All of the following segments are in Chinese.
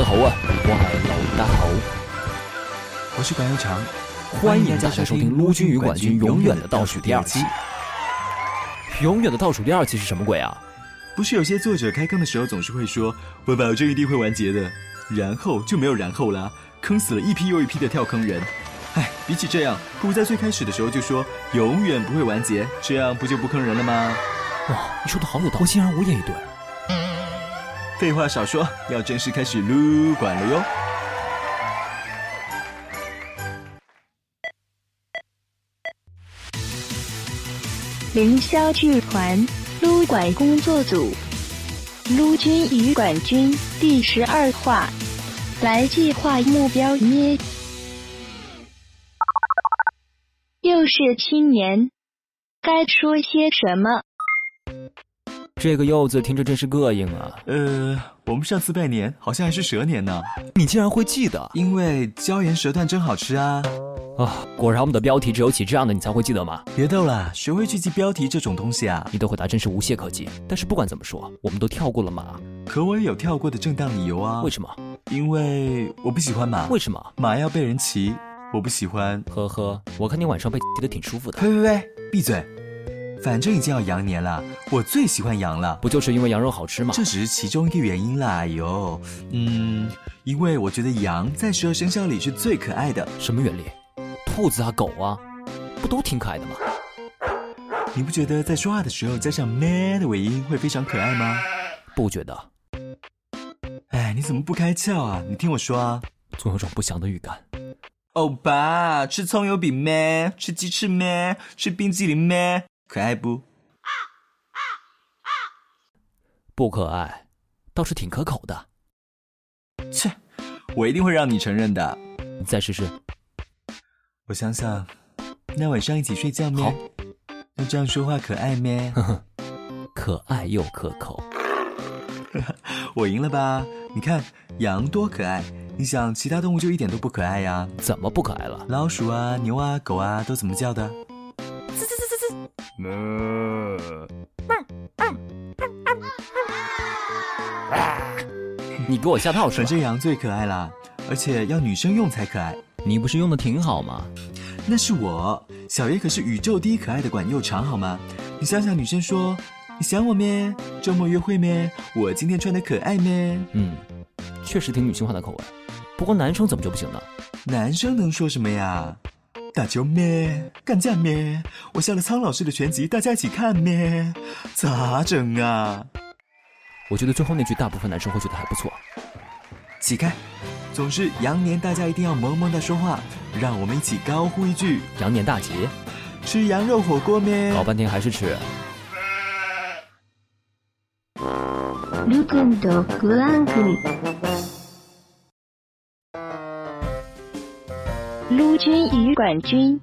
得好啊，我係劉德豪， 我是管又长， 歡迎大家收聽《陸軍與管軍永遠的倒數第二期》。永遠的倒數第二期是什麼鬼啊？ 不是有些作者開坑的時候總是會說我保證一定會完結的，然後就沒有然後啦，坑死了一批又一批的跳坑人。唉，比起這樣，不如在最開始的時候就說永遠不會完結，這樣不就不坑人了嗎？ 哇，你說的好有道理，我竟然無言以對。 廢話少說，要正式開始擼管了喲。 凌霄劇團擼管工作組，陸軍與管軍第12話，來計劃目標咩？又是新年，該說些什麼？ 這個柚子聽着真是膈應啊。 我們上次拜年好像還是蛇年呢。 你竟然會記得？ 因為椒鹽蛇段真好吃啊。 果然我們的標題只有起這樣的你才會記得嗎？ 別逗啦，學會去記標題這種東西啊。 你的回答真是無懈可擊。但是不管怎麼說，我們都跳過了馬。 可我也有跳過的正當理由啊。 為什麼？ 因為我不喜歡馬。 為什麼？ 馬要被人騎，我不喜歡。 呵呵，我看你晚上被騎得挺舒服的。 喂，閉嘴！反正已經要羊年了，我最喜歡羊了。 不就是因為羊肉好吃嗎？ 這只是其中一個原因啦。哎呦，因為我覺得羊在12生肖裡是最可愛的。 什麼原理？兔子啊，狗啊，不都挺可愛的嗎？ 你不覺得在說話的時候加上咩的尾音會非常可愛嗎？ 不覺得。 哎，你怎麼不開竅啊？你聽我說啊， 總有種不祥的預感。 歐巴，吃蔥油餅咩？吃雞翅咩？吃冰激凌咩？可愛不？ 不可愛，倒是挺可口的。 切，我一定會讓你承認的。 你再試試。 我想想，那晚上一起睡覺咩？ 好。 那這樣說話可愛咩？ 可愛又可口。 我贏了吧？你看羊多可愛，你想其他動物就一點都不可愛呀？ 怎麼不可愛了？ 老鼠啊、牛啊、狗啊都怎麼叫的？ 你給我下套是吧？ 反正羊最可愛啦，而且要女生用才可愛。 你不是用的挺好嗎？ 那是我，小爺可是宇宙第一可愛的管又長好嗎？你想想女生說你想我咩？周末約會咩？我今天穿的可愛咩？ 確實挺女性化的口味。不過男生怎麼就不行呢？ 男生能說什麼呀？打球咩？幹架咩？我下了蒼老師的全集，大家一起看咩？咋整啊？ 我覺得最後那句大部分男生會覺得還不錯。 起開！總之羊年大家一定要萌萌的說話，讓我們一起高呼一句： 羊年大吉！ 吃羊肉火鍋咩？ 搞半天還是吃。 陸軍とグラン軍，陸軍與管軍，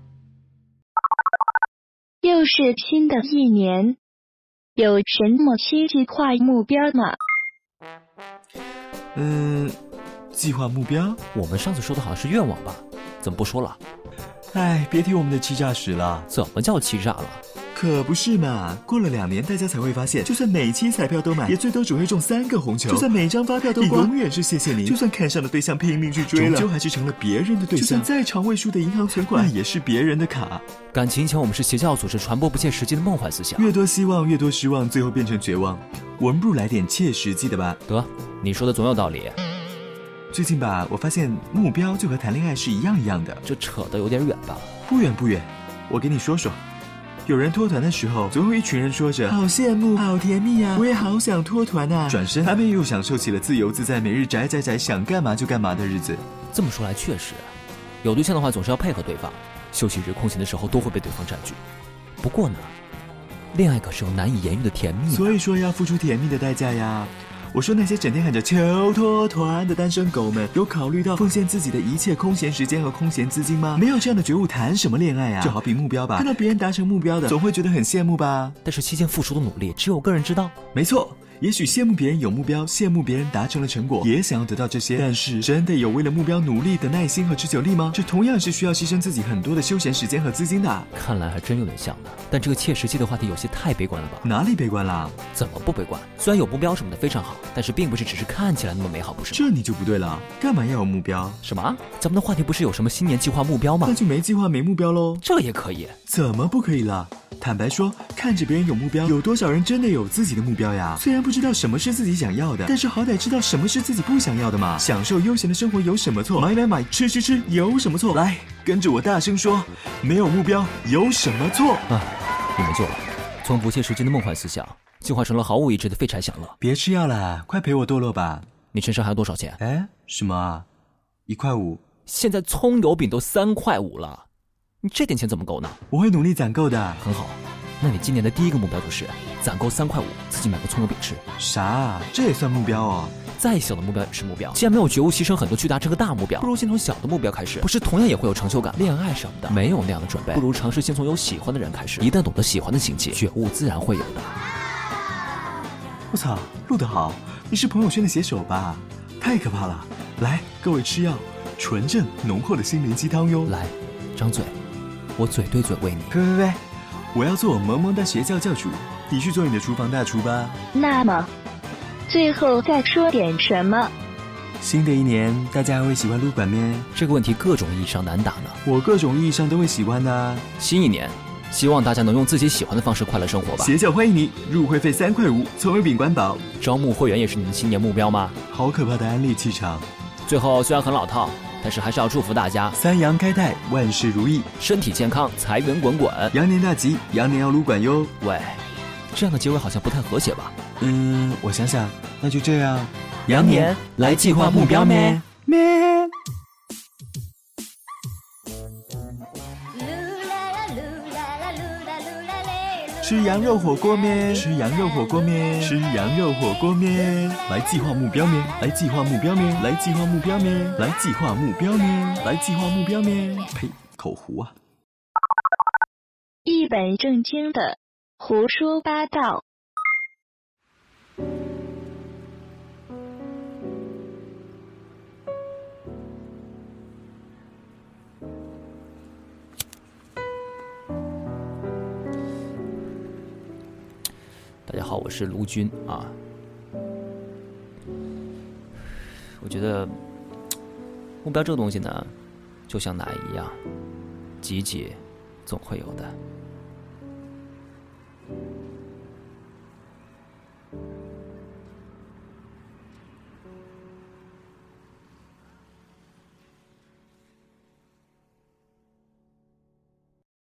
又是新的一年，有什麼新計劃目標嗎？ 計劃目標？ 我們上次說的好像是願望吧？怎麼不說了？ 唉，別提我們的欺詐史了。 怎麼叫欺詐了？ 可不是嘛，過了2年大家才會發現，就算每期彩票都買，也最多只會中3個紅球，就算每張發票都刮，永遠是謝謝您，就算看上的對象拼命去追了，終究還是成了別人的對象，就算再長位數的銀行存款，那也是別人的卡。 感情以前我們是邪教組織，傳播不切實際的夢幻思想， 越多希望越多失望，最後變成絕望。我們不如來點切實際的吧。 得，你說的總有道理。 最近吧，我發現目標就和談戀愛是一樣的。 這扯得有點遠吧？ 不遠不遠，我給你說說。有人脫團的時候，總有一群人說着好羨慕好甜蜜啊，我也好想脫團啊。轉身他們又享受起了自由自在每日宅想幹嘛就幹嘛的日子。 這麼說來確實，有對象的話總是要配合對方，休息日空閒的時候都會被對方佔據。不過呢，戀愛可是有難以言喻的甜蜜， 所以說要付出甜蜜的代價呀。我說那些整天喊着求脫團的單身狗們，有考慮到奉獻自己的一切空閒時間和空閒資金嗎？沒有這樣的覺悟，談什麼戀愛啊？就好比目標吧，看到別人達成目標的，總會覺得很羨慕吧。 但是期間付出的努力，只有個人知道。 沒錯， 也许羡慕别人有目标，羡慕别人达成了成果，也想要得到这些，但是真的有为了目标努力的耐心和持久力吗？这同样是需要牺牲自己很多的休闲时间和资金的。 看来还真有点像呢。但这个切实际的话题有些太悲观了吧？ 哪里悲观啦？ 怎么不悲观？虽然有目标什么的非常好，但是并不是只是看起来那么美好，不是吗？ 这你就不对了，干嘛要有目标？ 什么？咱们的话题不是有什么新年计划目标吗？ 那就没计划没目标喽。 这也可以？ 怎么不可以了？坦白说，看着别人有目标，有多少人真的有自己的目标呀？虽然不知道什么是自己想要的，但是好歹知道什么是自己不想要的嘛。享受悠闲的生活有什么错？买，吃有什么错？来，跟着我大声说，没有目标有什么错？ 你没救了。从不切实际的梦幻思想，进化成了毫无意志的废柴享乐。 别吃药了，快陪我堕落吧。 你身上还有多少钱？ 什么啊？1块5。 现在葱油饼都3块5了，你这点钱怎么够呢？ 我会努力攒够的。 很好，那你今年的第一个目标就是攒够3块5，自己买个葱油饼吃。 啥啊？这也算目标哦？ 再小的目标也是目标。既然没有觉悟牺牲很多去达成个大目标，不如先从小的目标开始，不是同样也会有成就感？恋爱什么的没有那样的准备，不如尝试先从有喜欢的人开始。一旦懂得喜欢的心情，觉悟自然会有的。 我操，录得好！你是朋友圈的写手吧？太可怕了！来，各位吃药，纯正浓厚的心灵鸡汤哟。 来，张嘴，我嘴对嘴喂你。 呸！我要做萌萌的邪教教主，你去做你的厨房大厨吧。 那么，最后再说点什么？ 新的一年，大家还会喜欢撸管咩？ 这个问题各种意义上难答呢。 我各种意义上都会喜欢的。 新一年，希望大家能用自己喜欢的方式快乐生活吧。 邪教欢迎你，入会费3块5，葱油饼管饱。 招募会员也是你的新年目标吗？ 好可怕的安利气场。 最后虽然很老套，但是还是要祝福大家 3羊开泰，万事如意， 身体健康，财源滚滚， 羊年大吉，羊年要撸管哟。 喂，这样的结尾好像不太和谐吧？ 我想想，那就这样。 羊年来计划目标咩？ 吃羊肉火锅咩？吃羊肉火锅咩？吃羊肉火锅咩？来计划目标咩？来计划目标咩？来计划目标咩？来计划目标咩？来计划目标咩？呸，口胡啊！ 一本正经的胡说八道。 大家好，我是卢军啊。我觉得目标这个东西呢，就像奶一样，挤挤总会有的。